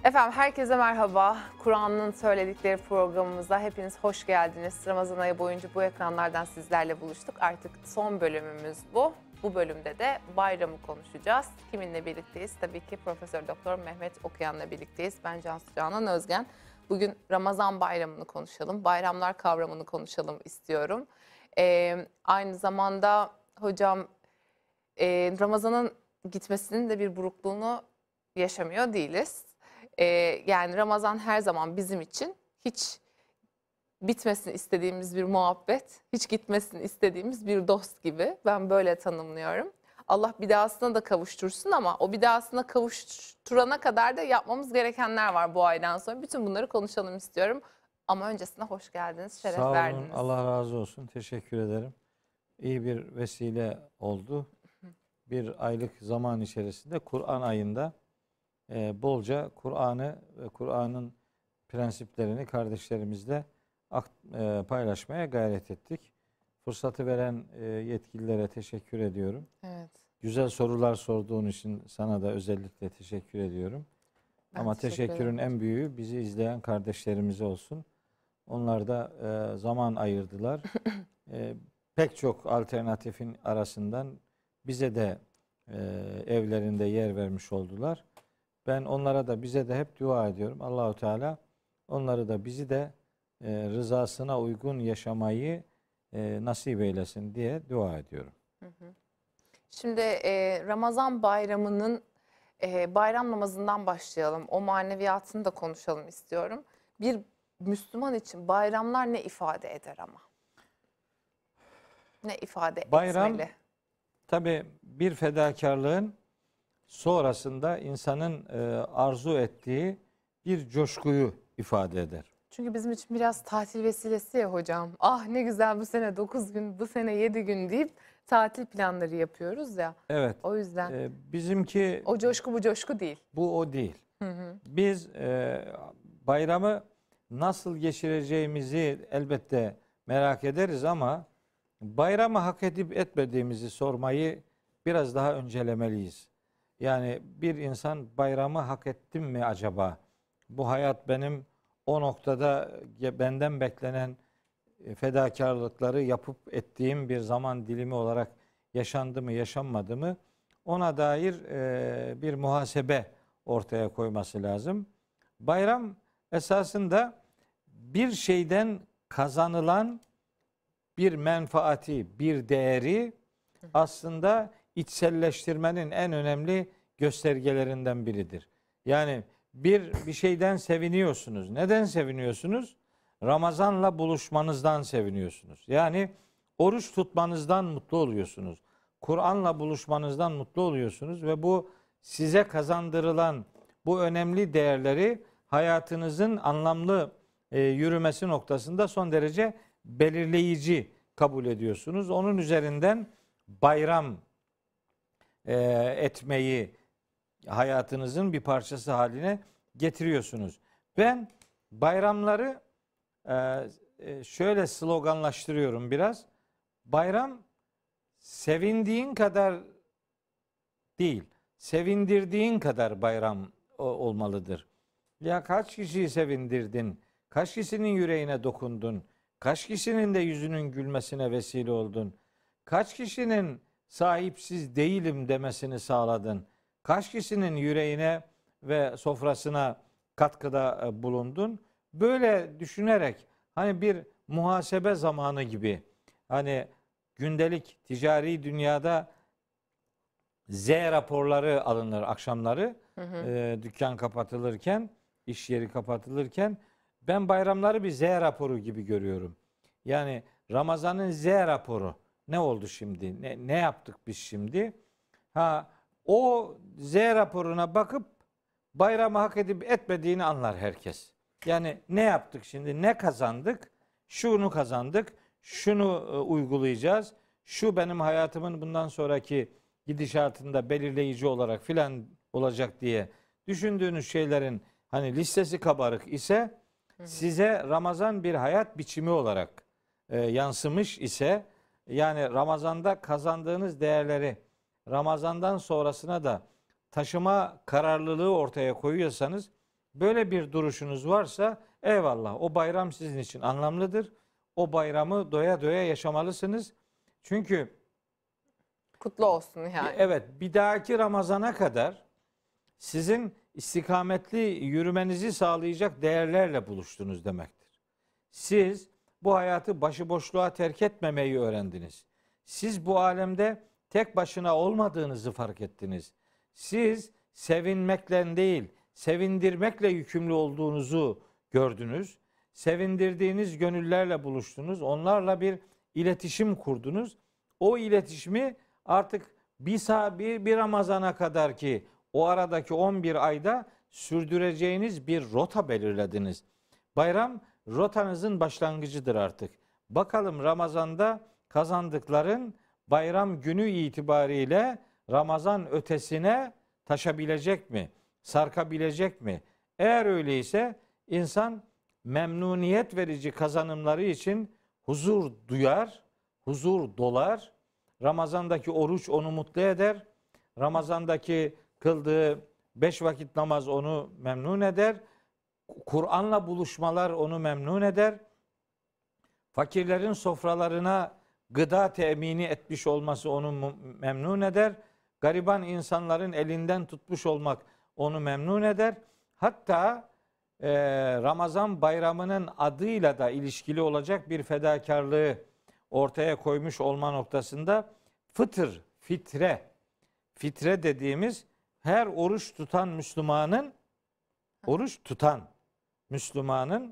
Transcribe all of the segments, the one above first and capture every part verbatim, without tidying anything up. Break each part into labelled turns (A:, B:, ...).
A: Efendim herkese merhaba. Kur'an'ın söyledikleri programımıza hepiniz hoş geldiniz. Ramazan ayı boyunca bu ekranlardan sizlerle buluştuk. Artık son bölümümüz bu. Bu bölümde de bayramı konuşacağız. Kiminle birlikteyiz? Tabii ki Profesör Doktor Mehmet Okuyan'la birlikteyiz. Ben Cansu Canan Özgen. Bugün Ramazan bayramını konuşalım. Bayramlar kavramını konuşalım istiyorum. Ee, aynı zamanda hocam e, Ramazan'ın gitmesinin de bir burukluğunu yaşamıyor değiliz. Ee, yani Ramazan her zaman bizim için hiç bitmesini istediğimiz bir muhabbet, hiç gitmesini istediğimiz bir dost gibi. Ben böyle tanımlıyorum. Allah bir dahasına da kavuştursun ama o bir dahasına kavuşturana kadar da yapmamız gerekenler var bu aydan sonra. Bütün bunları konuşalım istiyorum. Ama öncesinde hoş geldiniz, şeref
B: Sağ olun,
A: verdiniz.
B: Allah razı olsun. Teşekkür ederim. İyi bir vesile oldu. Bir aylık zaman içerisinde Kur'an ayında e, bolca Kur'an'ı ve Kur'an'ın prensiplerini kardeşlerimizle e, paylaşmaya gayret ettik. Fırsatı veren e, yetkililere teşekkür ediyorum.
A: Evet.
B: Güzel sorular sorduğun için sana da özellikle teşekkür ediyorum.
A: Ben
B: Ama
A: teşekkür
B: teşekkürün
A: ederim.
B: en büyüğü bizi izleyen kardeşlerimize olsun. Onlar da e, zaman ayırdılar. e, pek çok alternatifin arasından bize de e, evlerinde yer vermiş oldular. Ben onlara da bize de hep dua ediyorum. Allahu Teala onları da bizi de e, rızasına uygun yaşamayı e, nasip eylesin diye dua ediyorum.
A: Şimdi e, Ramazan bayramının e, bayram namazından başlayalım. O maneviyatını da konuşalım istiyorum. Bir Müslüman için bayramlar ne ifade eder ama? Ne ifade
B: Bayram,
A: etmeli?
B: tabii bir fedakarlığın sonrasında insanın e, arzu ettiği bir coşkuyu ifade eder.
A: Çünkü bizim için biraz tatil vesilesi ya hocam. Ah ne güzel bu sene dokuz gün, bu sene yedi gün deyip tatil planları yapıyoruz ya.
B: Evet.
A: O yüzden
B: E, bizimki
A: o coşku bu coşku değil.
B: bu o değil.
A: Hı hı.
B: Biz e, bayramı nasıl geçireceğimizi elbette merak ederiz ama bayramı hak edip etmediğimizi sormayı biraz daha öncelemeliyiz. Yani bir insan bayramı hak ettim mi acaba? Bu hayat benim o noktada benden beklenen fedakarlıkları yapıp ettiğim bir zaman dilimi olarak yaşandı mı, yaşanmadı mı? Ona dair e, bir muhasebe ortaya koyması lazım. Bayram esasında bir şeyden kazanılan bir menfaati, bir değeri aslında içselleştirmenin en önemli göstergelerinden biridir. Yani bir bir şeyden seviniyorsunuz. Neden seviniyorsunuz? Ramazanla buluşmanızdan seviniyorsunuz. Yani oruç tutmanızdan mutlu oluyorsunuz. Kur'an'la buluşmanızdan mutlu oluyorsunuz ve bu size kazandırılan bu önemli değerleri hayatınızın anlamlı e, yürümesi noktasında son derece belirleyici kabul ediyorsunuz. Onun üzerinden bayram e, etmeyi hayatınızın bir parçası haline getiriyorsunuz. Ben bayramları e, şöyle sloganlaştırıyorum biraz. Bayram sevindiğin kadar değil, sevindirdiğin kadar bayram olmalıdır. Ya kaç kişiyi sevindirdin? Kaç kişinin yüreğine dokundun? Kaç kişinin de yüzünün gülmesine vesile oldun? Kaç kişinin sahipsiz değilim demesini sağladın? Kaç kişinin yüreğine ve sofrasına katkıda bulundun? Böyle düşünerek hani bir muhasebe zamanı gibi, hani gündelik ticari dünyada Z raporları alınır akşamları, hı hı. E, dükkan kapatılırken, iş yeri kapatılırken, ben bayramları bir Z raporu gibi görüyorum. Yani Ramazan'ın Z raporu. Ne oldu şimdi? Ne, ne yaptık biz şimdi? Ha, o Z raporuna bakıp bayramı hak edip etmediğini anlar herkes. Yani ne yaptık şimdi? Ne kazandık? Şunu kazandık. Şunu e, uygulayacağız. Şu benim hayatımın bundan sonraki gidişatında belirleyici olarak filan olacak diye düşündüğünüz şeylerin hani listesi kabarık ise, hı hı. size Ramazan bir hayat biçimi olarak e, yansımış ise, yani Ramazan'da kazandığınız değerleri Ramazan'dan sonrasına da taşıma kararlılığı ortaya koyuyorsanız, Böyle bir duruşunuz varsa eyvallah, o bayram sizin için anlamlıdır. O bayramı doya doya yaşamalısınız. Çünkü
A: Kutlu olsun yani.
B: evet, bir dahaki Ramazan'a kadar sizin istikametli yürümenizi sağlayacak değerlerle buluştunuz demektir. Siz bu hayatı başıboşluğa terk etmemeyi öğrendiniz. Siz bu alemde tek başına olmadığınızı fark ettiniz. Siz sevinmekle değil, sevindirmekle yükümlü olduğunuzu gördünüz. Sevindirdiğiniz gönüllerle buluştunuz. Onlarla bir iletişim kurdunuz. O iletişimi artık bir, bir, bir Ramazan'a kadar ki o aradaki on bir ayda sürdüreceğiniz bir rota belirlediniz. Bayram rotanızın başlangıcıdır artık. Bakalım Ramazan'da kazandıkların bayram günü itibariyle Ramazan ötesine taşabilecek mi? Sarkabilecek mi? Eğer öyleyse insan memnuniyet verici kazanımları için huzur duyar, huzur dolar. Ramazan'daki oruç onu mutlu eder. Ramazan'daki kıldığı beş vakit namaz onu memnun eder. Kur'an'la buluşmalar onu memnun eder. Fakirlerin sofralarına gıda temini etmiş olması onu memnun eder. Gariban insanların elinden tutmuş olmak onu memnun eder. Hatta e, Ramazan bayramının adıyla da ilişkili olacak bir fedakarlığı ortaya koymuş olma noktasında fıtır, fitre, fitre dediğimiz her oruç tutan Müslümanın, oruç tutan Müslümanın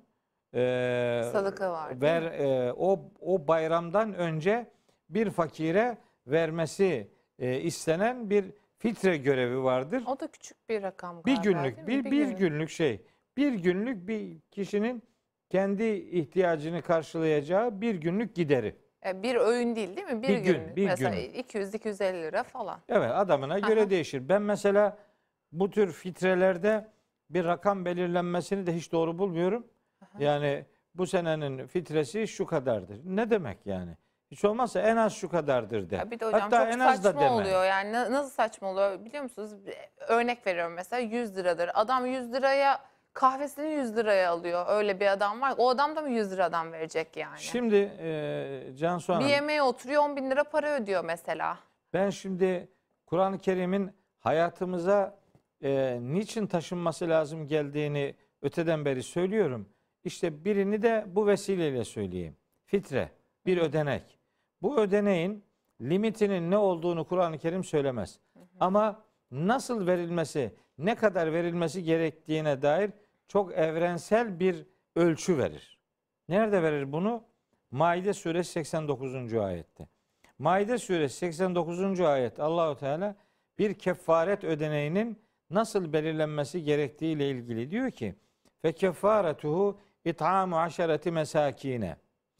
B: e,
A: Sadaka var.
B: ver e, o o bayramdan önce bir fakire vermesi e, istenen bir fitre görevi vardır.
A: O da küçük bir rakam
B: Bir
A: galiba,
B: günlük,
A: değil
B: bir,
A: mi?
B: bir
A: günlük.
B: günlük şey. Bir günlük bir kişinin kendi ihtiyacını karşılayacağı bir günlük gideri.
A: E, Bir öğün değil değil mi? Bir,
B: Bir gün,
A: günlük.
B: bir
A: Mesela
B: günlük.
A: iki yüz iki yüz elli lira falan.
B: Evet, adamına göre
A: Aha.
B: değişir. Ben mesela bu tür fitrelerde bir rakam belirlenmesini de hiç doğru bulmuyorum.
A: Aha.
B: Yani bu senenin fitresi şu kadardır. Ne demek yani? Hiç olmazsa en az şu kadardır de.
A: Ya bir de hocam
B: Hatta
A: çok
B: en az da
A: saçma
B: deme.
A: oluyor yani Na- nasıl saçma oluyor biliyor musunuz? Bir örnek veriyorum mesela yüz liradır. Adam yüz liraya kahvesini yüz liraya alıyor. Öyle bir adam var. O adam da mı yüz liradan verecek yani?
B: Şimdi e, Cansu
A: bir
B: Hanım,
A: yemeğe oturuyor on bin lira para ödüyor mesela.
B: ben şimdi Kur'an-ı Kerim'in hayatımıza e, niçin taşınması lazım geldiğini öteden beri söylüyorum. İşte birini de bu vesileyle söyleyeyim. Fitre, bir ödenek. Bu ödeneğin limitinin ne olduğunu Kur'an-ı Kerim söylemez. Hı hı. Ama nasıl verilmesi, ne kadar verilmesi gerektiğine dair çok evrensel bir ölçü verir. Nerede verir bunu? Maide suresi seksen dokuzuncu ayette. Maide suresi seksen dokuzuncu ayet Allahu Teala bir kefaret ödeneğinin nasıl belirlenmesi gerektiği ile ilgili diyor ki: "Fe kefaretuhu it'amu aşereti mesakine."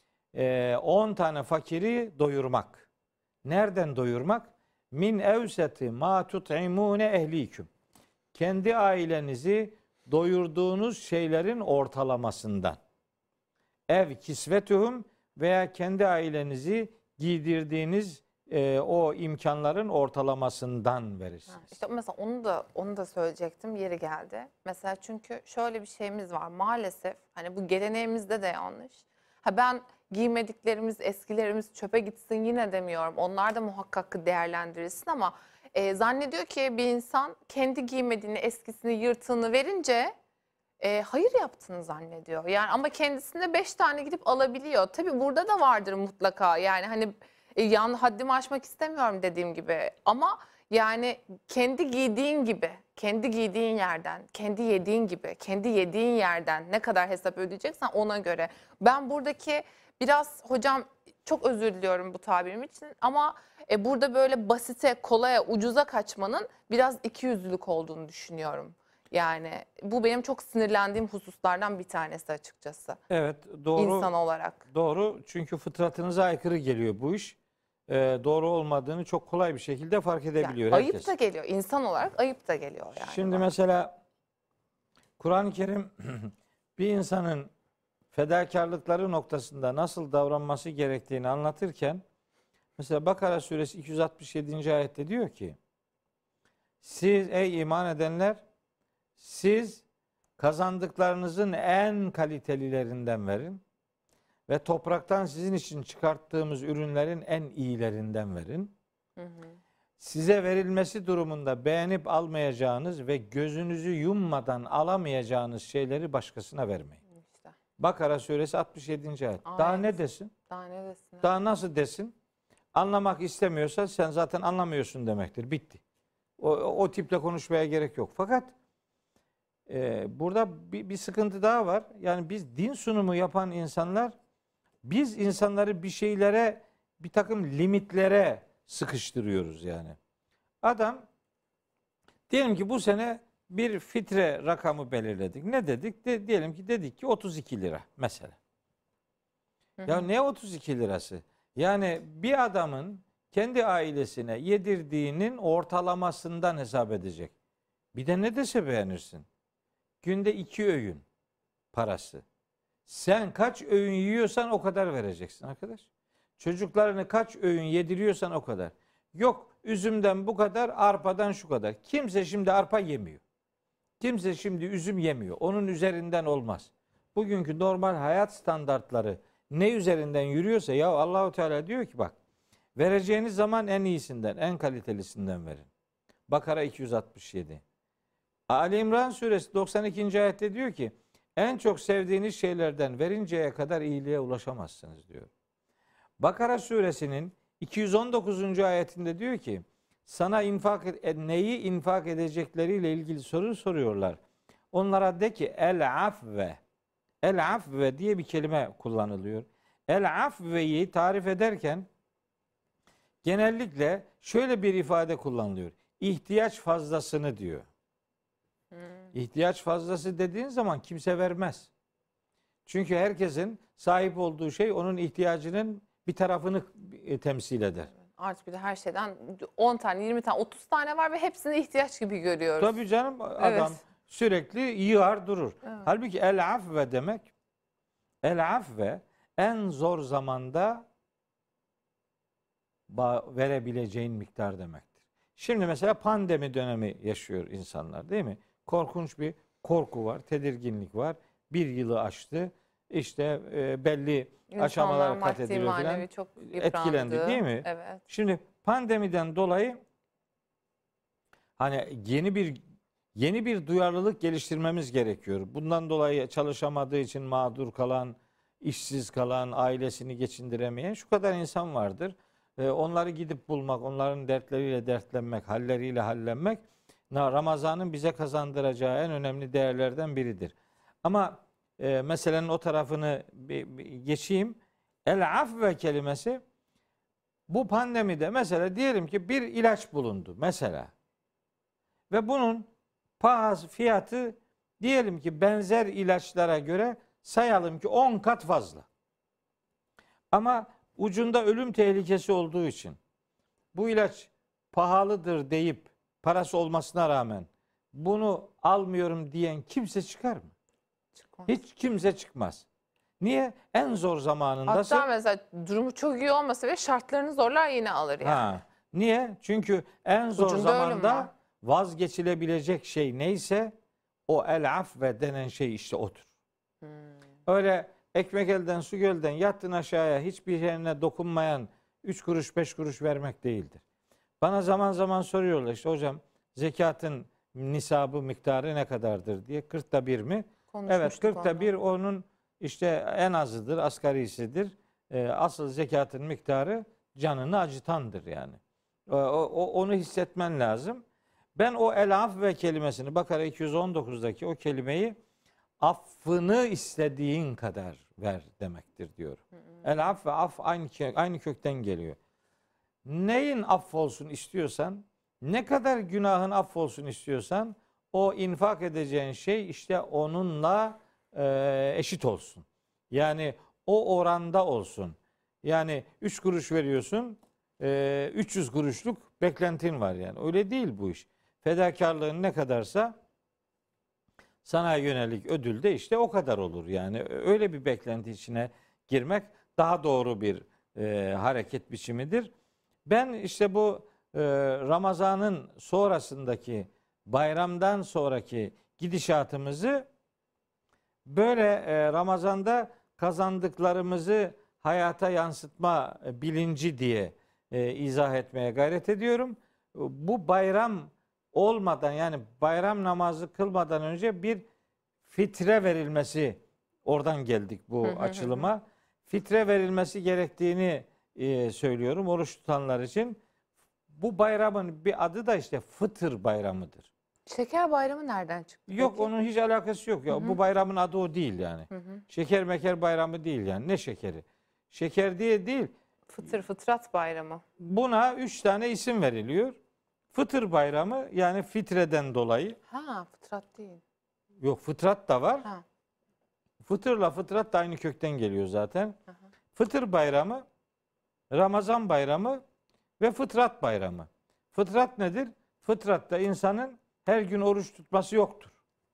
B: on tane fakiri doyurmak. Nereden doyurmak? Min evseti ma tut'imune ehliküm. Kendi ailenizi doyurduğunuz şeylerin ortalamasından. Ev kisvetuhum veya kendi ailenizi giydirdiğiniz e, o imkanların ortalamasından verirsiniz.
A: Ha, İşte mesela onu da onu da söyleyecektim, yeri geldi. Mesela çünkü şöyle bir şeyimiz var maalesef, hani bu geleneğimizde de yanlış. Ha ben giymediklerimiz, eskilerimiz çöpe gitsin yine demiyorum. Onlar da muhakkak değerlendirilsin ama e, zannediyor ki bir insan kendi giymediğini, eskisini, yırtığını verince e, hayır yaptığını zannediyor. Yani ama kendisinde beş tane gidip alabiliyor. Tabii burada da vardır mutlaka. Yani hani e, yan haddimi aşmak istemiyorum dediğim gibi. Ama yani kendi giydiğin gibi, kendi giydiğin yerden, kendi yediğin gibi, kendi yediğin yerden ne kadar hesap ödeyeceksen ona göre. Ben buradaki biraz hocam çok özür diliyorum bu tabirim için ama e, burada böyle basite, kolaya, ucuza kaçmanın biraz ikiyüzlülük olduğunu düşünüyorum. Yani bu benim çok sinirlendiğim hususlardan bir tanesi açıkçası.
B: Evet, doğru.
A: İnsan olarak.
B: Doğru, çünkü fıtratınıza aykırı geliyor bu iş. Ee, doğru olmadığını çok kolay bir şekilde fark edebiliyor
A: Yani
B: herkes.
A: ayıp da geliyor. İnsan olarak ayıp da geliyor yani.
B: Şimdi
A: bana.
B: mesela Kur'an-ı Kerim bir insanın fedakarlıkları noktasında nasıl davranması gerektiğini anlatırken mesela Bakara suresi iki yüz altmış yedinci ayette diyor ki: siz ey iman edenler, siz kazandıklarınızın en kalitelilerinden verin ve topraktan sizin için çıkarttığımız ürünlerin en iyilerinden verin.
A: Hı hı.
B: Size verilmesi durumunda beğenip almayacağınız ve gözünüzü yummadan alamayacağınız şeyleri başkasına vermeyin.
A: İşte.
B: Bakara suresi altmış yedinci ayet.
A: Ayet.
B: Daha ne desin?
A: Daha ne desin?
B: Daha nasıl desin? Anlamak istemiyorsa sen zaten anlamıyorsun demektir. Bitti. O, o tiple konuşmaya gerek yok. Fakat e, burada bir, bir sıkıntı daha var. Yani biz din sunumu yapan insanlar, biz insanları bir şeylere, bir takım limitlere sıkıştırıyoruz yani. Adam, diyelim ki bu sene bir fitre rakamı belirledik. Ne dedik? De, diyelim ki dedik ki otuz iki lira mesela.
A: Hı hı.
B: Ya ne otuz iki lirası? Yani bir adamın kendi ailesine yedirdiğinin ortalamasından hesap edecek. Bir de ne dese beğenirsin. Günde iki öğün parası. Sen kaç öğün yiyorsan o kadar vereceksin arkadaş. Çocuklarını kaç öğün yediriyorsan o kadar. Yok üzümden bu kadar, arpadan şu kadar. Kimse şimdi arpa yemiyor. Kimse şimdi üzüm yemiyor. Onun üzerinden olmaz. Bugünkü normal hayat standartları ne üzerinden yürüyorsa, ya Allahu Teala diyor ki bak, vereceğiniz zaman en iyisinden, en kalitelisinden verin. Bakara iki yüz altmış yedi. Ali İmran suresi doksan ikinci ayette diyor ki en çok sevdiğiniz şeylerden verinceye kadar iyiliğe ulaşamazsınız diyor. Bakara suresinin iki yüz on dokuzuncu ayetinde diyor ki sana infak et, neyi infak edecekleriyle ilgili soru soruyorlar. Onlara de ki el afve. El afve diye bir kelime kullanılıyor. El afveyi tarif ederken genellikle şöyle bir ifade kullanılıyor. İhtiyaç fazlasını diyor. Hmm. İhtiyaç fazlası dediğin zaman kimse vermez. Çünkü herkesin sahip olduğu şey onun ihtiyacının bir tarafını temsil eder.
A: Artık bir de her şeyden on tane, yirmi tane, otuz tane var ve hepsine ihtiyaç gibi görüyoruz.
B: Tabii canım, adam
A: evet.
B: sürekli yığar durur.
A: Evet.
B: Halbuki el afve demek, el afve en zor zamanda verebileceğin miktar demektir. Şimdi mesela pandemi dönemi yaşıyor insanlar, değil mi? Korkunç bir korku var, tedirginlik var. Bir yılı aştı. İşte e, belli İnsanlar aşamalar kat ediliyor falan.
A: Çok
B: etkilendi, değil mi?
A: Evet.
B: Şimdi pandemiden dolayı hani yeni bir yeni bir duyarlılık geliştirmemiz gerekiyor. Bundan dolayı çalışamadığı için mağdur kalan, işsiz kalan, ailesini geçindiremeyen şu kadar insan vardır. Ee, onları gidip bulmak, onların dertleriyle dertlenmek, halleriyle hallenmek Ramazan'ın bize kazandıracağı en önemli değerlerden biridir. Ama e, meselenin o tarafını bir, bir geçeyim. El afve kelimesi bu pandemide mesela diyelim ki bir ilaç bulundu mesela. Ve bunun pahası, fiyatı diyelim ki benzer ilaçlara göre sayalım ki on kat fazla. Ama ucunda ölüm tehlikesi olduğu için bu ilaç pahalıdır deyip parası olmasına rağmen bunu almıyorum diyen kimse çıkar mı? Çıkmaz. Hiç kimse çıkmaz. Niye? En zor zamanındasın.
A: Hatta mesela durumu çok iyi olmasa ve şartlarını zorlar yine alır yani. Ha.
B: Niye? Çünkü en zor Ucunda zamanda vazgeçilebilecek şey neyse o el afve denen şey işte odur. Hmm. Öyle ekmek elden su gölden yattın aşağıya hiçbir yerine dokunmayan üç kuruş beş kuruş vermek değildir. Bana zaman zaman soruyorlar işte hocam zekatın nisabı miktarı ne kadardır diye. kırkta bir mi? Evet, kırkta bir onun işte en azıdır, asgarisidir. E, asıl zekatın miktarı canını acıtandır yani. O, o, onu hissetmen lazım. Ben o el afve kelimesini Bakara iki yüz on dokuzdaki o kelimeyi affını istediğin kadar ver demektir diyorum. Hı hı. El af ve af aynı, aynı kökten geliyor. Neyin affolsun istiyorsan, ne kadar günahın affolsun istiyorsan o infak edeceğin şey işte onunla e, eşit olsun. Yani o oranda olsun. Yani üç kuruş veriyorsun, e, üç yüz kuruşluk beklentin var yani. Öyle değil bu iş. Fedakarlığın ne kadarsa sana yönelik ödül de işte o kadar olur. Yani öyle bir beklenti içine girmek daha doğru bir e, hareket biçimidir. Ben işte bu e, Ramazan'ın sonrasındaki bayramdan sonraki gidişatımızı Böyle e, Ramazan'da kazandıklarımızı hayata yansıtma e, bilinci diye e, izah etmeye gayret ediyorum. Bu bayram olmadan, yani bayram namazı kılmadan önce bir fitre verilmesi, oradan geldik bu açılıma. Fitre verilmesi gerektiğini e, söylüyorum oruç tutanlar için. Bu bayramın bir adı da işte Fıtır Bayramı'dır.
A: Şeker bayramı nereden çıktı?
B: Yok,
A: peki?
B: onun hiç alakası yok ya.
A: Hı hı.
B: Bu bayramın adı o değil yani.
A: Hı hı.
B: Şeker meker bayramı değil yani. Ne şekeri? Şeker diye değil.
A: Fıtır fıtrat bayramı.
B: Buna üç tane isim veriliyor. Fıtır Bayramı, yani fitreden dolayı.
A: Ha, fıtrat değil.
B: Yok, fıtrat da var.
A: Ha.
B: Fıtırla fıtrat da aynı kökten geliyor zaten.
A: Hı hı.
B: Fıtır Bayramı, Ramazan Bayramı ve Fıtrat Bayramı. Fıtrat nedir? Fıtratta insanın her gün oruç tutması yoktur.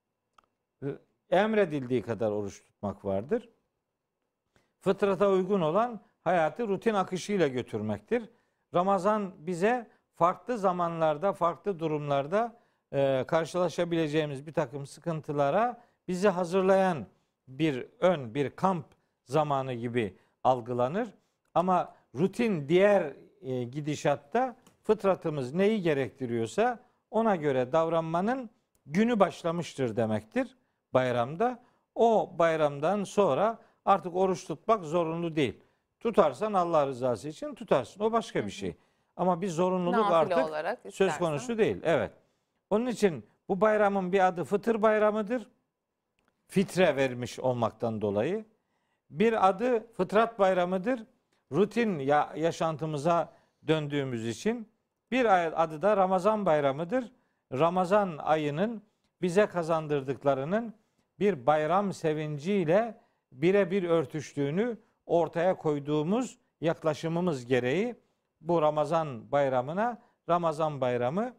B: Emredildiği kadar oruç tutmak vardır. Fıtrata uygun olan hayatı rutin akışıyla götürmektir. Ramazan bize farklı zamanlarda, farklı durumlarda e, karşılaşabileceğimiz bir takım sıkıntılara bizi hazırlayan bir ön, bir kamp zamanı gibi algılanır. Ama rutin diğer e, gidişatta fıtratımız neyi gerektiriyorsa ona göre davranmanın günü başlamıştır demektir bayramda. O bayramdan sonra artık oruç tutmak zorunlu değil. Tutarsan Allah rızası için tutarsın. O başka bir şey. Ama bir zorunluluk
A: Nafile
B: artık
A: olarak
B: söz
A: istersen.
B: konusu değil. Evet. Onun için bu bayramın bir adı Fıtır Bayramı'dır. Fitre vermiş olmaktan dolayı. Bir adı Fıtrat Bayramı'dır. Rutin ya, yaşantımıza döndüğümüz için. Bir adı da Ramazan Bayramı'dır. Ramazan ayının bize kazandırdıklarının bir bayram sevinciyle birebir örtüştüğünü ortaya koyduğumuz yaklaşımımız gereği bu Ramazan bayramına Ramazan bayramı,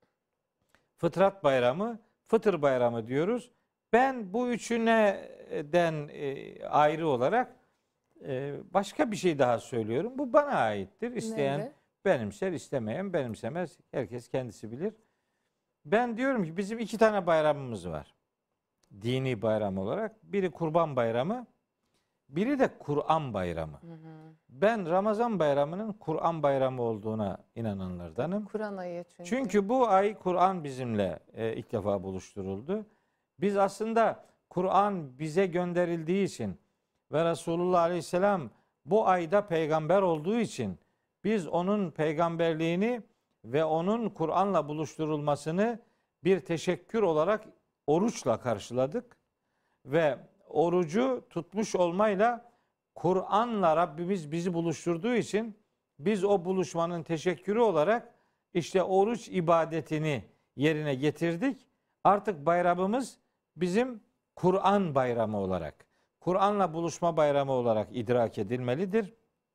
B: Fıtrat bayramı, Fıtır bayramı diyoruz. Ben bu üçünden e, ayrı olarak e, başka bir şey daha söylüyorum. Bu bana aittir. İsteyen
A: Neydi?
B: benimser, istemeyen benimsemez. Herkes kendisi bilir. Ben diyorum ki bizim iki tane bayramımız var. Dini bayram olarak. Biri Kurban Bayramı, biri de Kur'an Bayramı.
A: Hı hı.
B: Ben Ramazan Bayramı'nın Kur'an Bayramı olduğuna inananlardanım.
A: Kur'an ayı çünkü.
B: Çünkü bu ay Kur'an bizimle e, ilk defa buluşturuldu. Biz aslında Kur'an bize gönderildiği için ve Resulullah Aleyhisselam bu ayda peygamber olduğu için biz onun peygamberliğini ve onun Kur'an'la buluşturulmasını bir teşekkür olarak oruçla karşıladık. Ve orucu tutmuş olmayla Kur'an'la Rabbimiz bizi buluşturduğu için biz o buluşmanın teşekkürü olarak işte oruç ibadetini yerine getirdik. Artık bayramımız bizim Kur'an bayramı olarak, Kur'an'la buluşma bayramı olarak idrak edilmelidir.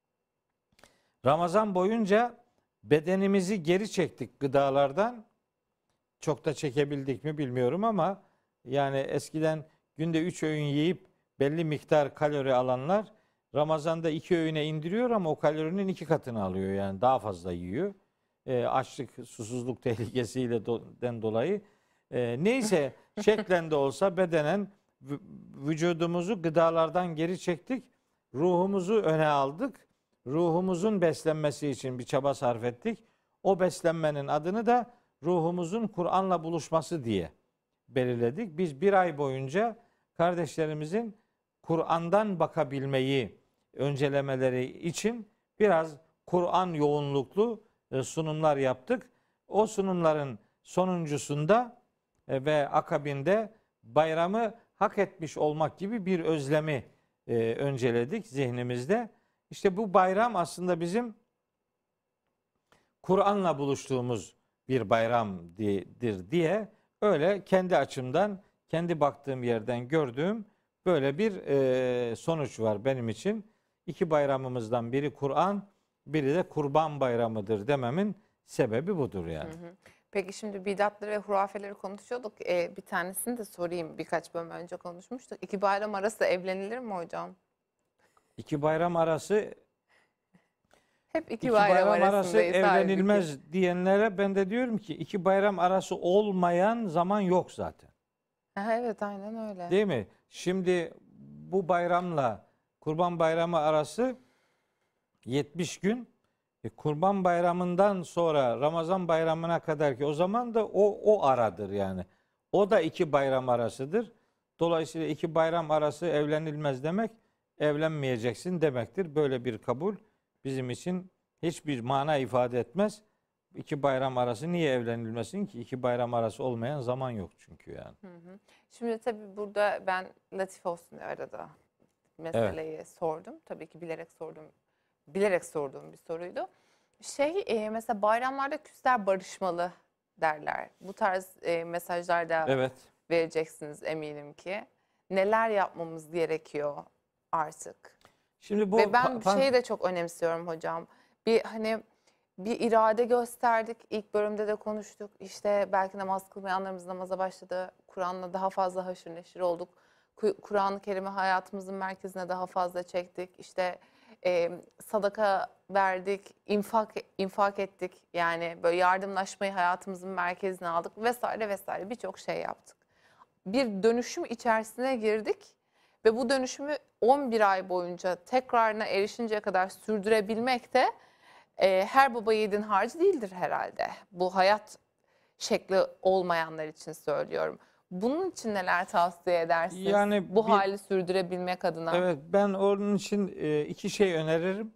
B: Ramazan boyunca bedenimizi geri çektik gıdalardan. Çok da çekebildik mi bilmiyorum ama yani eskiden günde üç öğün yiyip belli miktar kalori alanlar Ramazan'da iki öğüne indiriyor ama o kalorinin iki katını alıyor, yani daha fazla yiyor. E, açlık, susuzluk tehlikesiyle do, den dolayı. E, neyse şeklen de olsa bedenen vücudumuzu gıdalardan geri çektik. Ruhumuzu öne aldık. Ruhumuzun beslenmesi için bir çaba sarf ettik. O beslenmenin adını da ruhumuzun Kur'an'la buluşması diye belirledik. Biz bir ay boyunca kardeşlerimizin Kur'an'dan bakabilmeyi öncelemeleri için biraz Kur'an yoğunluklu sunumlar yaptık. O sunumların sonuncusunda ve akabinde bayramı hak etmiş olmak gibi bir özlemi önceledik zihnimizde. İşte bu bayram aslında bizim Kur'an'la buluştuğumuz bir bayramdır diye öyle kendi açımdan, kendi baktığım yerden gördüğüm böyle bir e, sonuç var benim için. İki bayramımızdan biri Kur'an, biri de Kurban Bayramı'dır dememin sebebi budur yani.
A: Hı hı. Peki şimdi bidatları ve hurafeleri konuşuyorduk. Ee, bir tanesini de sorayım. Birkaç bölüm önce konuşmuştuk. İki bayram arası evlenilir mi hocam?
B: İki bayram arası
A: Hep iki,
B: iki
A: bayram,
B: bayram arası
A: arasındayız
B: evlenilmez
A: halbuki.
B: diyenlere ben de diyorum ki iki bayram arası olmayan zaman yok zaten.
A: Ha, evet, aynen öyle.
B: Değil mi? Şimdi bu bayramla Kurban Bayramı arası yetmiş gün. E, Kurban Bayramı'ndan sonra Ramazan Bayramı'na kadar ki o zaman da o o aradır yani. O da iki bayram arasıdır. Dolayısıyla iki bayram arası evlenilmez demek, evlenmeyeceksin demektir. Böyle bir kabul bizim için hiçbir mana ifade etmez. İki bayram arası niye evlenilmesin ki? İki bayram arası olmayan zaman yok çünkü yani.
A: Hı hı. Şimdi tabii burada ben latif olsun diye arada meseleyi sordum. Tabii ki bilerek sordum. Bilerek sorduğum bir soruydu. Şey e, mesela bayramlarda küsler barışmalı derler. Bu tarz e, mesajlar da
B: Evet.
A: vereceksiniz eminim ki. Neler yapmamız gerekiyor artık?
B: Şimdi bu
A: Ve ben
B: pa- pan-
A: şeyi de çok önemsiyorum hocam. Bir hani bir irade gösterdik. İlk bölümde de konuştuk. İşte belki namaz kılmayanlarımız namaza başladı. Kur'an'la daha fazla haşır neşir olduk. Ku- Kur'an-ı Kerim'i hayatımızın merkezine daha fazla çektik. İşte e, sadaka verdik, infak infak ettik. Yani böyle yardımlaşmayı hayatımızın merkezine aldık vesaire vesaire birçok şey yaptık. Bir dönüşüm içerisine girdik ve bu dönüşümü on bir ay boyunca tekrarına erişinceye kadar sürdürebilmek de e, her baba yiğidin harcı değildir herhalde. Bu hayat şekli olmayanlar için söylüyorum. Bunun için neler tavsiye edersiniz?
B: Yani
A: bu
B: bir-
A: hali sürdürebilmek adına.
B: Evet, ben onun için e, iki şey öneririm.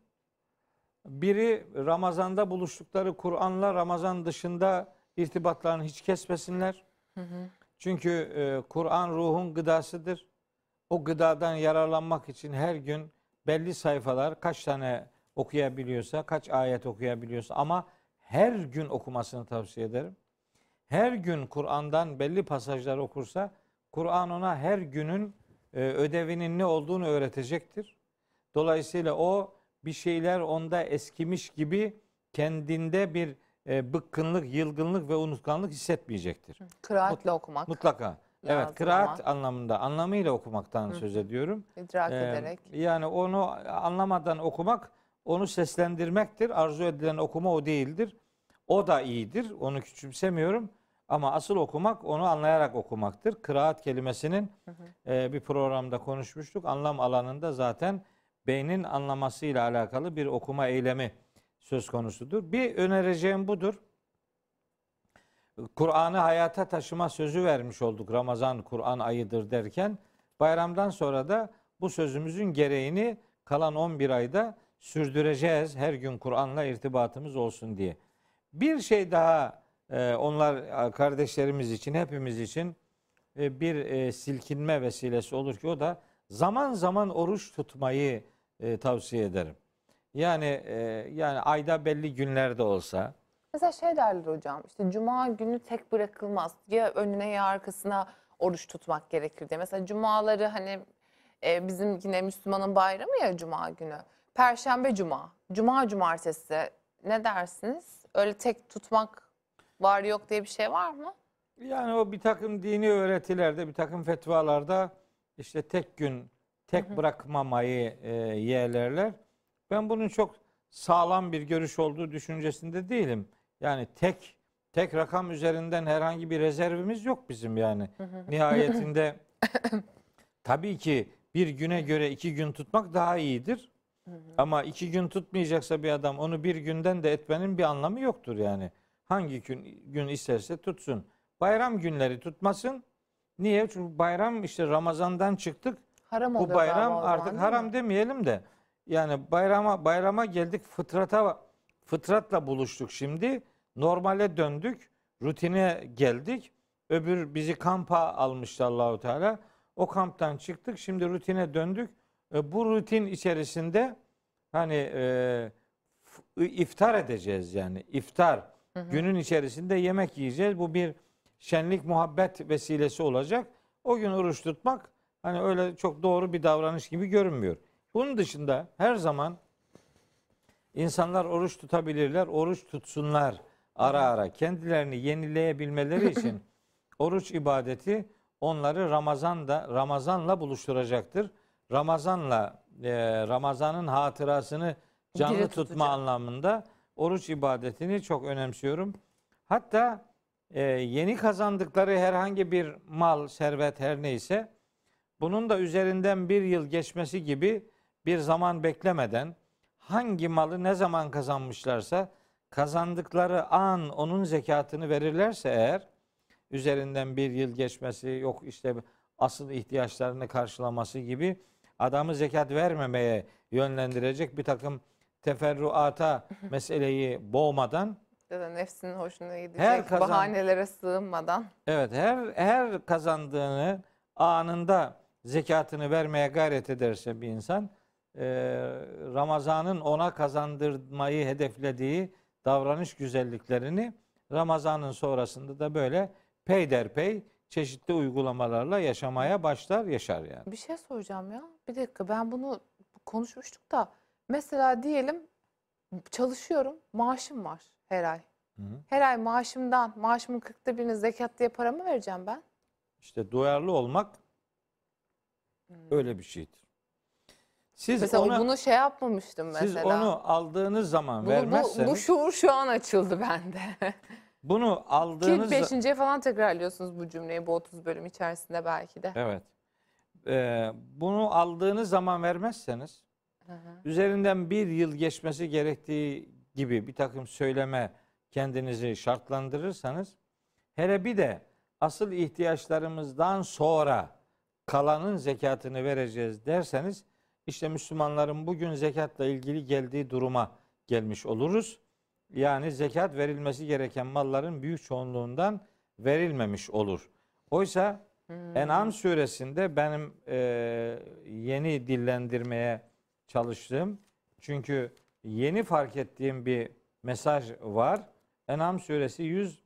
B: Biri, Ramazan'da buluştukları Kur'an'la Ramazan dışında irtibatlarını hiç kesmesinler.
A: Hı hı.
B: Çünkü e, Kur'an ruhun gıdasıdır. O gıdadan yararlanmak için her gün belli sayfalar, kaç tane okuyabiliyorsa, kaç ayet okuyabiliyorsa, ama her gün okumasını tavsiye ederim. Her gün Kur'an'dan belli pasajlar okursa, Kur'an ona her günün e, ödevinin ne olduğunu öğretecektir. Dolayısıyla o bir şeyler onda eskimiş gibi kendinde bir e, bıkkınlık, yılgınlık ve unutkanlık hissetmeyecektir.
A: Kıraatle okumak.
B: Mutlaka. Evet,
A: Lazım
B: kıraat
A: ama.
B: anlamında, anlamıyla okumaktan
A: Hı.
B: söz ediyorum.
A: idrak
B: Ee,
A: ederek.
B: Yani onu anlamadan okumak, onu seslendirmektir. Arzu edilen okuma o değildir. O da iyidir. Onu küçümsemiyorum. Ama asıl okumak, onu anlayarak okumaktır. Kıraat kelimesinin
A: Hı hı.
B: e, bir programda konuşmuştuk. Anlam alanında zaten beynin anlamasıyla alakalı bir okuma eylemi söz konusudur. Bir önereceğim budur. Kur'an'ı hayata taşıma sözü vermiş olduk, Ramazan Kur'an ayıdır derken. Bayramdan sonra da bu sözümüzün gereğini kalan on bir ayda sürdüreceğiz. Her gün Kur'an'la irtibatımız olsun diye. Bir şey daha, e, onlar kardeşlerimiz için, hepimiz için e, bir e, silkinme vesilesi olur ki, o da zaman zaman oruç tutmayı e, tavsiye ederim. Yani e, yani ayda belli günlerde olsa.
A: Mesela şey derler hocam, işte cuma günü tek bırakılmaz. Ya önüne ya arkasına oruç tutmak gerekir diye. Mesela cumaları hani e, bizim yine Müslümanın bayramı ya cuma günü. Perşembe cuma, cuma cumartesi ne dersiniz? Öyle tek tutmak var yok diye bir şey var mı?
B: Yani o bir takım dini öğretilerde, bir takım fetvalarda işte tek gün, tek
A: Hı hı.
B: bırakmamayı e, yeğlerler. Ben bunun çok sağlam bir görüş olduğu düşüncesinde değilim. Yani tek tek rakam üzerinden herhangi bir rezervimiz yok bizim yani.
A: Hı hı.
B: Nihayetinde tabii ki bir güne göre iki gün tutmak daha iyidir.
A: Hı hı.
B: Ama iki gün tutmayacaksa bir adam, onu bir günden de etmenin bir anlamı yoktur yani. Hangi gün, gün isterse tutsun. Bayram günleri tutmasın. Niye? Çünkü bayram, işte Ramazan'dan çıktık.
A: Haram
B: Bu
A: oluyor
B: bayram
A: galiba o zaman,
B: artık
A: değil
B: haram
A: mi?
B: demeyelim de, yani bayrama bayrama geldik, fıtrata fıtratla buluştuk şimdi. Normale döndük. Rutine geldik. Öbür bizi kampa almıştı Allahu Teala. O kamptan çıktık. Şimdi rutine döndük. E, bu rutin içerisinde hani e, f- iftar edeceğiz yani. İftar.
A: Hı hı.
B: Günün içerisinde yemek yiyeceğiz. Bu bir şenlik, muhabbet vesilesi olacak. O gün oruç tutmak hani öyle çok doğru bir davranış gibi görünmüyor. Bunun dışında her zaman insanlar oruç tutabilirler. Oruç tutsunlar ara ara. Kendilerini yenileyebilmeleri için oruç ibadeti onları Ramazan'da Ramazan'la buluşturacaktır. Ramazan'la e, Ramazan'ın hatırasını canlı
A: Diri
B: tutma
A: tutacak.
B: anlamında oruç ibadetini çok önemsiyorum. Hatta e, yeni kazandıkları herhangi bir mal, servet her neyse bunun da üzerinden bir yıl geçmesi gibi bir zaman beklemeden hangi malı ne zaman kazanmışlarsa kazandıkları an onun zekatını verirlerse eğer üzerinden bir yıl geçmesi yok işte asıl ihtiyaçlarını karşılaması gibi adamı zekat vermemeye yönlendirecek bir takım teferruata meseleyi boğmadan
A: Ya da nefsinin hoşuna
B: Her
A: gidecek
B: kazan-
A: bahanelere sığınmadan.
B: evet her her kazandığını anında zekatını vermeye gayret ederse bir insan e, Ramazan'ın ona kazandırmayı hedeflediği davranış güzelliklerini Ramazan'ın sonrasında da böyle peyderpey çeşitli uygulamalarla yaşamaya başlar, yaşar yani.
A: Bir şey soracağım ya. Bir dakika, ben bunu konuşmuştuk da. Mesela diyelim çalışıyorum, maaşım var her ay.
B: Hı hı.
A: Her ay maaşımdan, maaşımın kırkta birini zekat diye para mı vereceğim ben?
B: İşte duyarlı olmak öyle bir şeydir. Siz
A: Mesela
B: ona,
A: bunu şey yapmamıştım
B: siz
A: mesela.
B: onu aldığınız zaman
A: Bunu, bu,
B: vermezseniz
A: bu şuur şu an açıldı bende.
B: bunu
A: Ki
B: aldığınız
A: beşinciye falan tekrarlıyorsunuz bu cümleyi bu otuz bölüm içerisinde belki de.
B: evet. Ee, bunu aldığınız zaman vermezseniz
A: Hı hı.
B: üzerinden bir yıl geçmesi gerektiği gibi bir takım söyleme kendinizi şartlandırırsanız hele bir de asıl ihtiyaçlarımızdan sonra kalanın zekatını vereceğiz derseniz işte Müslümanların bugün zekatla ilgili geldiği duruma gelmiş oluruz. Yani zekat verilmesi gereken malların büyük çoğunluğundan verilmemiş olur. Oysa
A: Hmm.
B: En'am suresinde benim e, yeni dillendirmeye çalıştığım çünkü yeni fark ettiğim bir mesaj var. En'am suresi yüz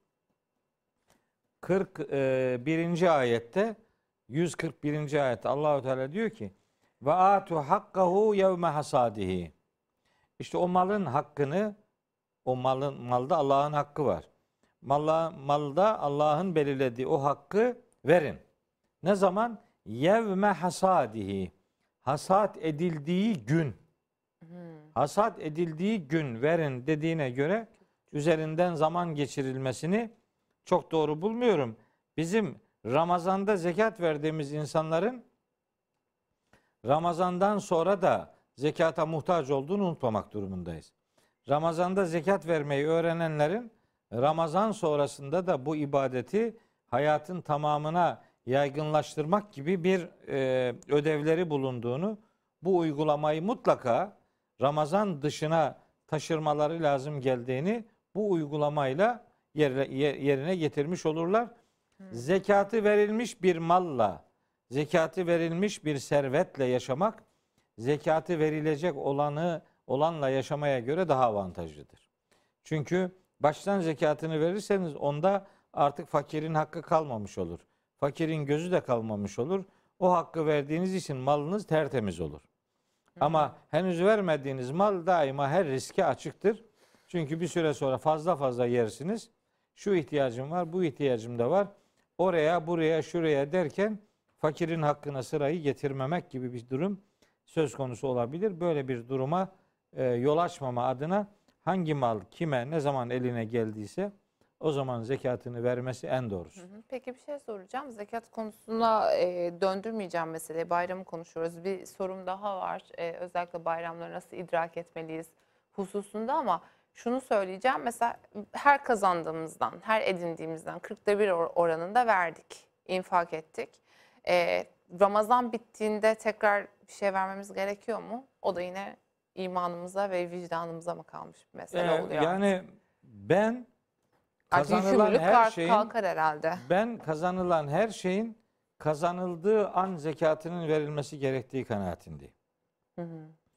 B: kırk birinci ayette yüz kırk birinci ayette Allahu Teala diyor ki ve atu hakkahu yevme hasadihi. İşte o malın hakkını o malın malda Allah'ın hakkı var. Malla, malda Allah'ın belirlediği o hakkı verin. Ne zaman? Yevme hasadihi. Hasat edildiği gün.
A: Hmm.
B: Hasat edildiği gün verin dediğine göre üzerinden zaman geçirilmesini çok doğru bulmuyorum. Bizim Ramazan'da zekat verdiğimiz insanların Ramazan'dan sonra da zekata muhtaç olduğunu unutmamak durumundayız. Ramazan'da zekat vermeyi öğrenenlerin Ramazan sonrasında da bu ibadeti hayatın tamamına yaygınlaştırmak gibi bir e, ödevleri bulunduğunu, bu uygulamayı mutlaka Ramazan dışına taşırmaları lazım geldiğini bu uygulamayla yerine, yerine getirmiş olurlar. Hmm. Zekatı verilmiş bir malla, zekatı verilmiş bir servetle yaşamak, zekatı verilecek olanı olanla yaşamaya göre daha avantajlıdır. Çünkü baştan zekatını verirseniz onda artık fakirin hakkı kalmamış olur. Fakirin gözü de kalmamış olur. O hakkı verdiğiniz için malınız tertemiz olur. Hı. Ama henüz vermediğiniz mal daima her riske açıktır. Çünkü bir süre sonra fazla fazla yersiniz. Şu ihtiyacım var, bu ihtiyacım da var. Oraya, buraya, şuraya derken fakirin hakkına sırayı getirmemek gibi bir durum söz konusu olabilir. Böyle bir duruma e, yol açmama adına hangi mal kime ne zaman eline geldiyse o zaman zekatını vermesi en doğrusu.
A: Hı hı. Peki bir şey soracağım. Zekat konusuna e, döndürmeyeceğim meseleyi. Bayramı konuşuyoruz. Bir sorum daha var. E, özellikle bayramları nasıl idrak etmeliyiz hususunda ama şunu söyleyeceğim. Mesela her kazandığımızdan, her edindiğimizden kırkta bir oranında verdik, infak ettik. E, Ramazan bittiğinde tekrar bir şey vermemiz gerekiyor mu? O da yine imanımıza ve vicdanımıza mı kalmış bir mesele
B: Ee,
A: oluyor?
B: yani ben
A: Artık
B: kazanılan
A: yükümlülük
B: her
A: kalk-
B: şeyin
A: kalkar herhalde.
B: ben kazanılan her şeyin kazanıldığı an zekatının verilmesi gerektiği kanaatindeyim.
A: Hı hı.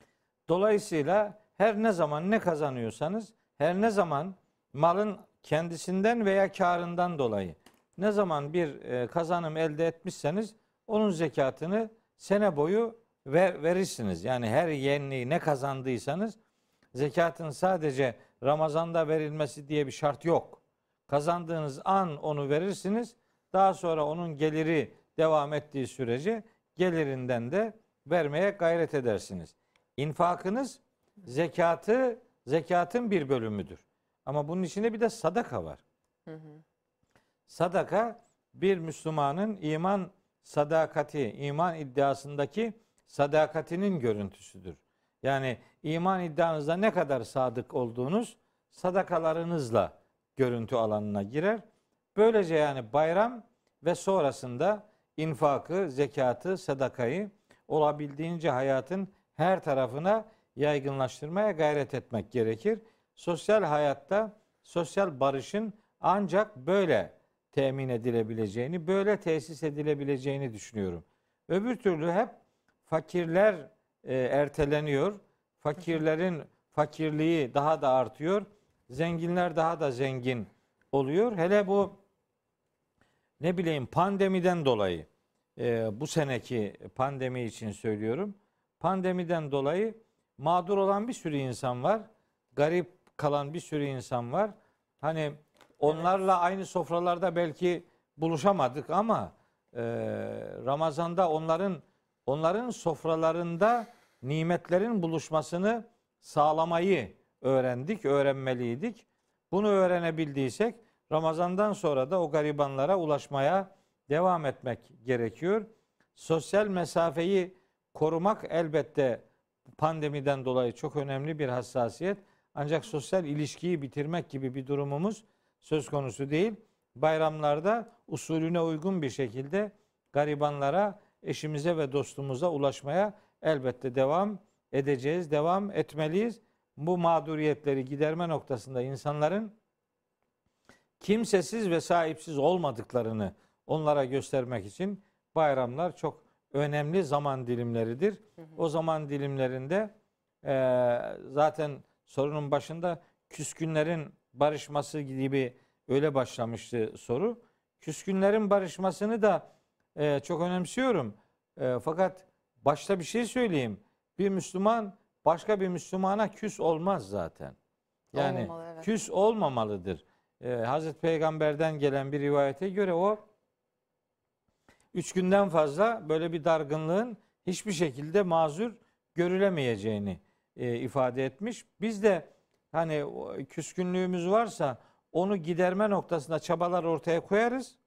B: Dolayısıyla her ne zaman ne kazanıyorsanız, her ne zaman malın kendisinden veya karından dolayı ne zaman bir e, kazanım elde etmişseniz onun zekatını sene boyu ver, verirsiniz. Yani her yenliği ne kazandıysanız zekatın sadece Ramazan'da verilmesi diye bir şart yok. Kazandığınız an onu verirsiniz. Daha sonra onun geliri devam ettiği sürece gelirinden de vermeye gayret edersiniz. İnfakınız zekatı zekatın bir bölümüdür. Ama bunun içinde bir de sadaka var.
A: Hı hı.
B: Sadaka bir Müslümanın iman sadakati, iman iddiasındaki sadakatinin görüntüsüdür. Yani iman iddianızda ne kadar sadık olduğunuz sadakalarınızla görüntü alanına girer. Böylece yani bayram ve sonrasında infakı, zekatı, sadakayı olabildiğince hayatın her tarafına yaygınlaştırmaya gayret etmek gerekir. Sosyal hayatta sosyal barışın ancak böyle temin edilebileceğini, böyle tesis edilebileceğini düşünüyorum. Öbür türlü hep fakirler e, erteleniyor. Fakirlerin fakirliği daha da artıyor. Zenginler daha da zengin oluyor. Hele bu ne bileyim pandemiden dolayı e, bu seneki pandemi için söylüyorum. Pandemiden dolayı mağdur olan bir sürü insan var. Garip kalan bir sürü insan var. Hani onlarla evet. aynı sofralarda belki buluşamadık ama e, Ramazan'da onların onların sofralarında nimetlerin buluşmasını sağlamayı öğrendik, öğrenmeliydik. Bunu öğrenebildiysek Ramazan'dan sonra da o garibanlara ulaşmaya devam etmek gerekiyor. Sosyal mesafeyi korumak elbette pandemiden dolayı çok önemli bir hassasiyet. Ancak sosyal ilişkiyi bitirmek gibi bir durumumuz söz konusu değil. Bayramlarda usulüne uygun bir şekilde garibanlara, eşimize ve dostumuza ulaşmaya elbette devam edeceğiz, devam etmeliyiz. Bu mağduriyetleri giderme noktasında insanların kimsesiz ve sahipsiz olmadıklarını onlara göstermek için bayramlar çok önemli zaman dilimleridir. Hı hı. O zaman dilimlerinde e, zaten sorunun başında küskünlerin barışması gibi öyle başlamıştı soru. Küskünlerin barışmasını da e, çok önemsiyorum. E, fakat başta bir şey söyleyeyim. Bir Müslüman başka bir Müslümana küs olmaz zaten. Yani olmamalı, evet. Küs olmamalıdır. E, Hazreti Peygamber'den gelen bir rivayete göre o üç günden fazla böyle bir dargınlığın hiçbir şekilde mazur görülemeyeceğini e, ifade etmiş. Biz de hani küskünlüğümüz varsa onu giderme noktasında çabalar ortaya koyarız.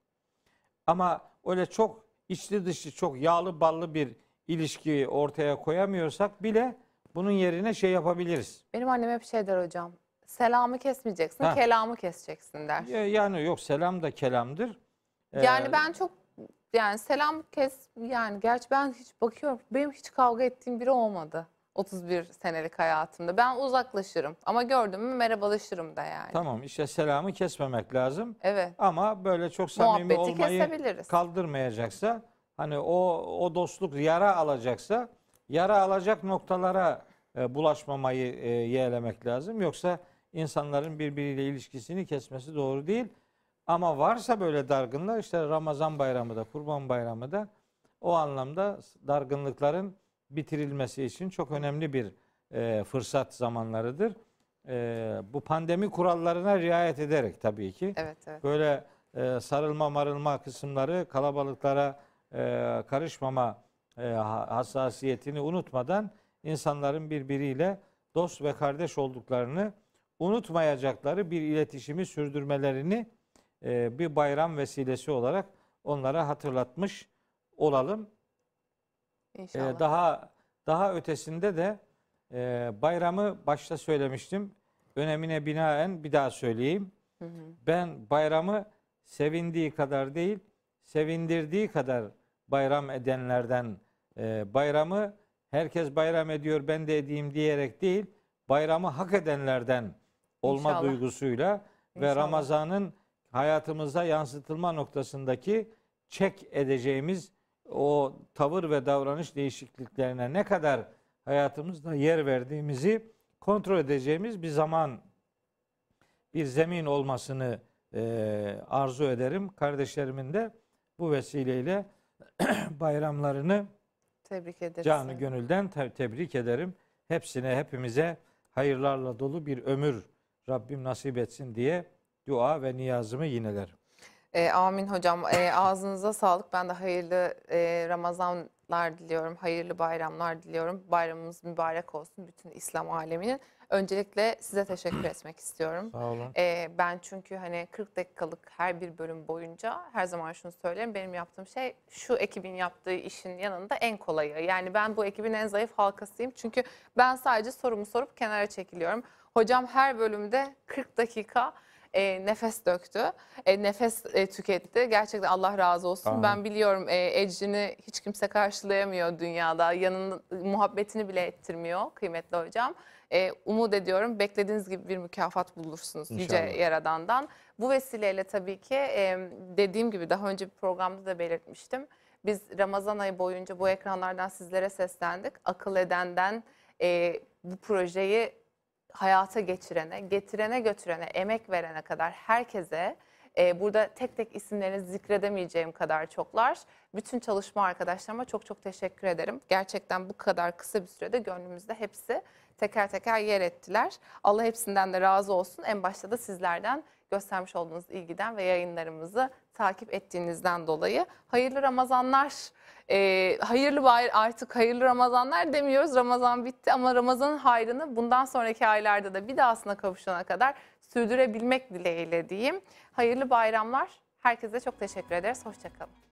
B: Ama öyle çok içli dışlı, çok yağlı ballı bir ilişki ortaya koyamıyorsak bile bunun yerine şey yapabiliriz.
A: Benim annem hep şey der hocam. Selamı kesmeyeceksin, ha. kelamı keseceksin der.
B: Yani yok, selam da kelamdır.
A: Yani ee, ben çok yani selam kes yani gerçi ben hiç bakıyorum. Benim hiç kavga ettiğim biri olmadı. otuz bir senelik hayatımda. Ben uzaklaşırım ama gördüm mü merhabalaşırım da yani.
B: Tamam, işte selamı kesmemek lazım.
A: Evet.
B: Ama böyle çok samimi
A: muhabbeti
B: olmayı kaldırmayacaksa, hani o o dostluk yara alacaksa yara alacak noktalara e, bulaşmamayı e, yeğlemek lazım. Yoksa insanların birbiriyle ilişkisini kesmesi doğru değil. Ama varsa böyle dargınlar, işte Ramazan bayramı da, Kurban bayramı da o anlamda dargınlıkların bitirilmesi için çok önemli bir e, fırsat zamanlarıdır. E, bu pandemi kurallarına riayet ederek tabii ki.
A: Evet, evet.
B: Böyle e, sarılma marılma kısımları, kalabalıklara e, karışmama e, hassasiyetini unutmadan insanların birbiriyle dost ve kardeş olduklarını unutmayacakları bir iletişimi sürdürmelerini e, bir bayram vesilesi olarak onlara hatırlatmış olalım.
A: İnşallah.
B: Ee, daha daha ötesinde de e, bayramı başta söylemiştim. Önemine binaen bir daha söyleyeyim. Hı hı. Ben bayramı sevindiği kadar değil, sevindirdiği kadar bayram edenlerden, e, bayramı herkes bayram ediyor ben de edeyim diyerek değil, bayramı hak edenlerden olma İnşallah. duygusuyla İnşallah. Ve Ramazan'ın hayatımıza yansıtılma noktasındaki çek edeceğimiz o tavır ve davranış değişikliklerine ne kadar hayatımızda yer verdiğimizi kontrol edeceğimiz bir zaman, bir zemin olmasını e, arzu ederim. Kardeşlerimin de bu vesileyle bayramlarını
A: tebrik ederiz.
B: Canı gönülden te- tebrik ederim. Hepsine, hepimize hayırlarla dolu bir ömür Rabbim nasip etsin diye dua ve niyazımı yinelerim.
A: E, amin hocam. E, ağzınıza sağlık. Ben de hayırlı e, Ramazan bayramlar diliyorum, hayırlı bayramlar diliyorum. Bayramımız mübarek olsun bütün İslam aleminin. Öncelikle size teşekkür etmek istiyorum.
B: Sağ olun.
A: Ee, ben çünkü hani kırk dakikalık her bir bölüm boyunca her zaman şunu söylerim. Benim yaptığım şey şu ekibin yaptığı işin yanında en kolayı. Yani ben bu ekibin en zayıf halkasıyım. Çünkü ben sadece sorumu sorup kenara çekiliyorum. Hocam her bölümde kırk dakika e, nefes döktü, e, nefes e, tüketti. Gerçekten Allah razı olsun.
B: Amin.
A: Ben biliyorum e, ecrini hiç kimse karşılayamıyor dünyada. Yanının muhabbetini bile ettirmiyor kıymetli hocam. E, umut ediyorum beklediğiniz gibi bir mükafat bulursunuz Yüce
B: İnşallah.
A: Yaradan'dan. Bu vesileyle tabii ki e, dediğim gibi daha önce bir programda da belirtmiştim. Biz Ramazan ayı boyunca bu ekranlardan sizlere seslendik. Akıl edenden e, bu projeyi hayata geçirene, getirene götürene, emek verene kadar herkese e, burada tek tek isimlerini zikredemeyeceğim kadar çoklar. Bütün çalışma arkadaşlarıma çok çok teşekkür ederim. Gerçekten bu kadar kısa bir sürede gönlümüzde hepsi teker teker yer ettiler. Allah hepsinden de razı olsun. En başta da sizlerden göstermiş olduğunuz ilgiden ve yayınlarımızı takip ettiğinizden dolayı. Hayırlı Ramazanlar. Ee, hayırlı bayram, artık hayırlı Ramazanlar demiyoruz. Ramazan bitti ama Ramazan'ın hayrını bundan sonraki aylarda da bir dahasına kavuşana kadar sürdürebilmek dileğiyle diyeyim. Hayırlı bayramlar. Herkese çok teşekkür ederiz. Hoşça kalın.